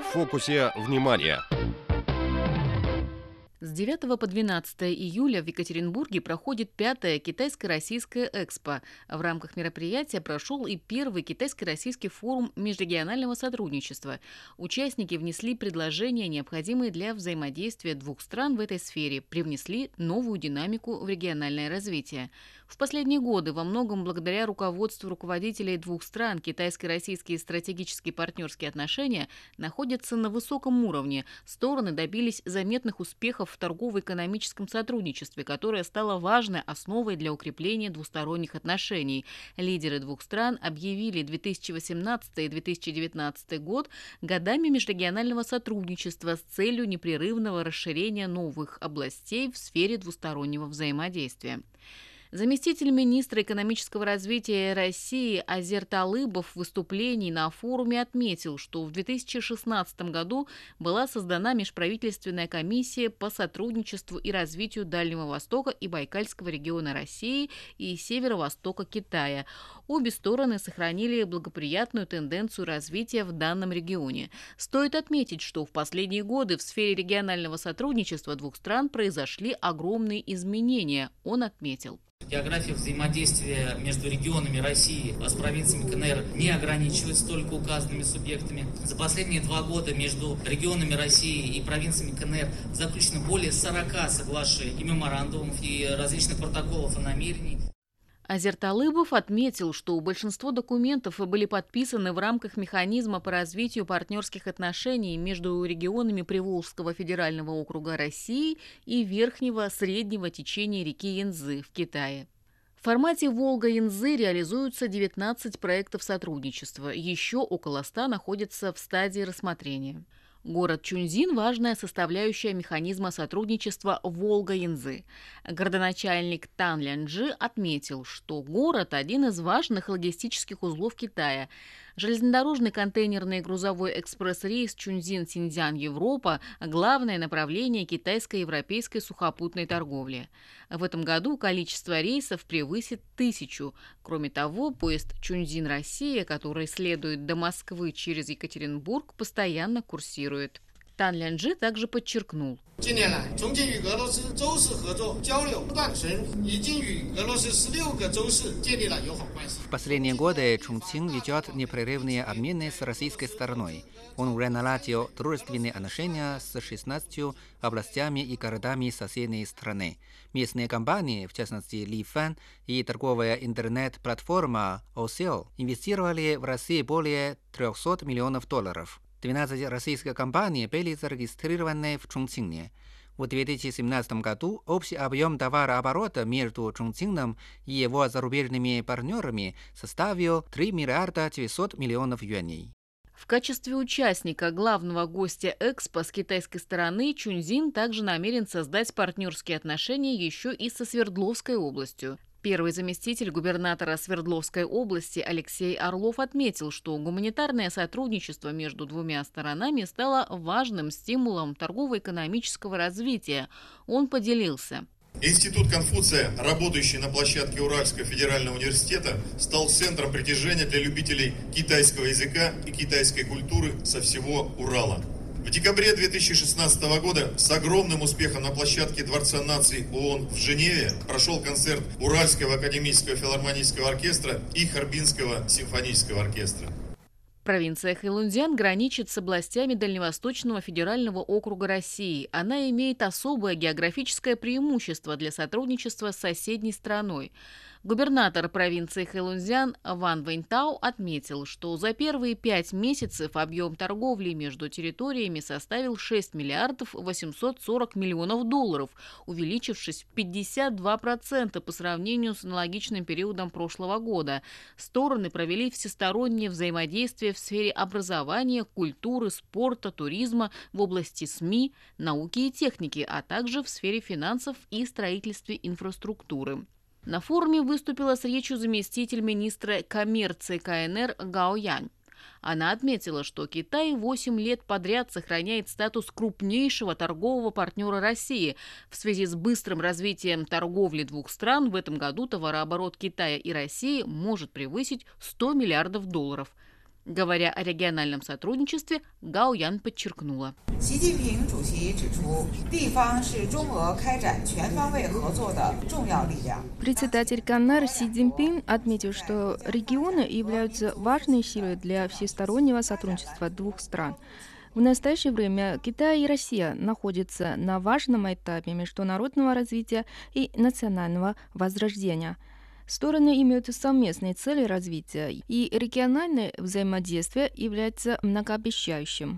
в фокусе внимания. С 9 по 12 июля в Екатеринбурге проходит 5-я китайско-российская экспо. В рамках мероприятия прошел и первый китайско-российский форум межрегионального сотрудничества. Участники внесли предложения, необходимые для взаимодействия двух стран в этой сфере, привнесли новую динамику в региональное развитие. В последние годы во многом благодаря руководству руководителей двух стран китайско-российские стратегические партнерские отношения находятся на высоком уровне. Стороны добились заметных успехов в торгово-экономическом сотрудничестве, которое стало важной основой для укрепления двусторонних отношений. Лидеры двух стран объявили 2018 и 2019 год годами межрегионального сотрудничества с целью непрерывного расширения новых областей в сфере двустороннего взаимодействия. Заместитель министра экономического развития России Азер Талыбов в выступлении на форуме отметил, что в 2016 году была создана межправительственная комиссия по сотрудничеству и развитию Дальнего Востока и Байкальского региона России и Северо-Востока Китая. Обе стороны сохранили благоприятную тенденцию развития в данном регионе. Стоит отметить, что в последние годы в сфере регионального сотрудничества двух стран произошли огромные изменения, он отметил. География взаимодействия между регионами России с провинциями КНР не ограничивается только указанными субъектами. За последние 2 года между регионами России и провинциями КНР заключено более 40 соглашений и меморандумов, и различных протоколов о намерении. Азер Талыбов отметил, что большинство документов были подписаны в рамках механизма по развитию партнерских отношений между регионами Приволжского федерального округа России и Верхнего Среднего течения реки Янцзы в Китае. В формате Волга-Янцзы реализуются 19 проектов сотрудничества, еще около 100 находятся в стадии рассмотрения. Город Чунцзин – важная составляющая механизма сотрудничества Волга-Янцзы. Городоначальник Тан Ляньчжи отметил, что город – один из важных логистических узлов Китая. Железнодорожный контейнерный грузовой экспресс-рейс Чунцзин-Синьцзян-Европа – главное направление китайско-европейской сухопутной торговли. В этом году количество рейсов превысит 1000. Кроме того, поезд Чунцзин-Россия, который следует до Москвы через Екатеринбург, постоянно курсирует. Тан Ляньчжи также подчеркнул. В последние годы Чунцзин ведет непрерывные обмены с российской стороной. Он уже наладил дружественные отношения с 16 областями и городами соседней страны. Местные компании, в частности Ли Фэн и торговая интернет-платформа Osel, инвестировали в Россию более $300 миллионов. 12 российских компаний были зарегистрированы в Чунцзине. В 2017 году общий объем товарооборота между Чунцзином и его зарубежными партнерами составил 3 миллиарда 900 миллионов юаней. В качестве участника главного гостя Экспо с китайской стороны Чунцзин также намерен создать партнерские отношения еще и со Свердловской областью. Первый заместитель губернатора Свердловской области Алексей Орлов отметил, что гуманитарное сотрудничество между двумя сторонами стало важным стимулом торгово-экономического развития. Он поделился. Институт Конфуция, работающий на площадке Уральского федерального университета, стал центром притяжения для любителей китайского языка и китайской культуры со всего Урала. В декабре 2016 года с огромным успехом на площадке Дворца наций ООН в Женеве прошел концерт Уральского академического филармонического оркестра и Харбинского симфонического оркестра. Провинция Хэйлунцзян граничит с областями Дальневосточного федерального округа России. Она имеет особое географическое преимущество для сотрудничества с соседней страной. Губернатор провинции Хэйлунцзян Ван Вэньтао отметил, что за первые 5 месяцев объем торговли между территориями составил 6 миллиардов 840 миллионов долларов, увеличившись в 52% по сравнению с аналогичным периодом прошлого года. Стороны провели всестороннее взаимодействие в сфере образования, культуры, спорта, туризма, в области СМИ, науки и техники, а также в сфере финансов и строительстве инфраструктуры. На форуме выступила с речью заместитель министра коммерции КНР Гао Янь. Она отметила, что Китай 8 лет подряд сохраняет статус крупнейшего торгового партнера России. В связи с быстрым развитием торговли двух стран в этом году товарооборот Китая и России может превысить 100 миллиардов долларов. Говоря о региональном сотрудничестве, Гао Ян подчеркнула. Председатель КНР Си Цзиньпин отметил, что регионы являются важной силой для всестороннего сотрудничества двух стран. В настоящее время Китай и Россия находятся на важном этапе международного развития и национального возрождения. Стороны имеют совместные цели развития, и региональное взаимодействие является многообещающим.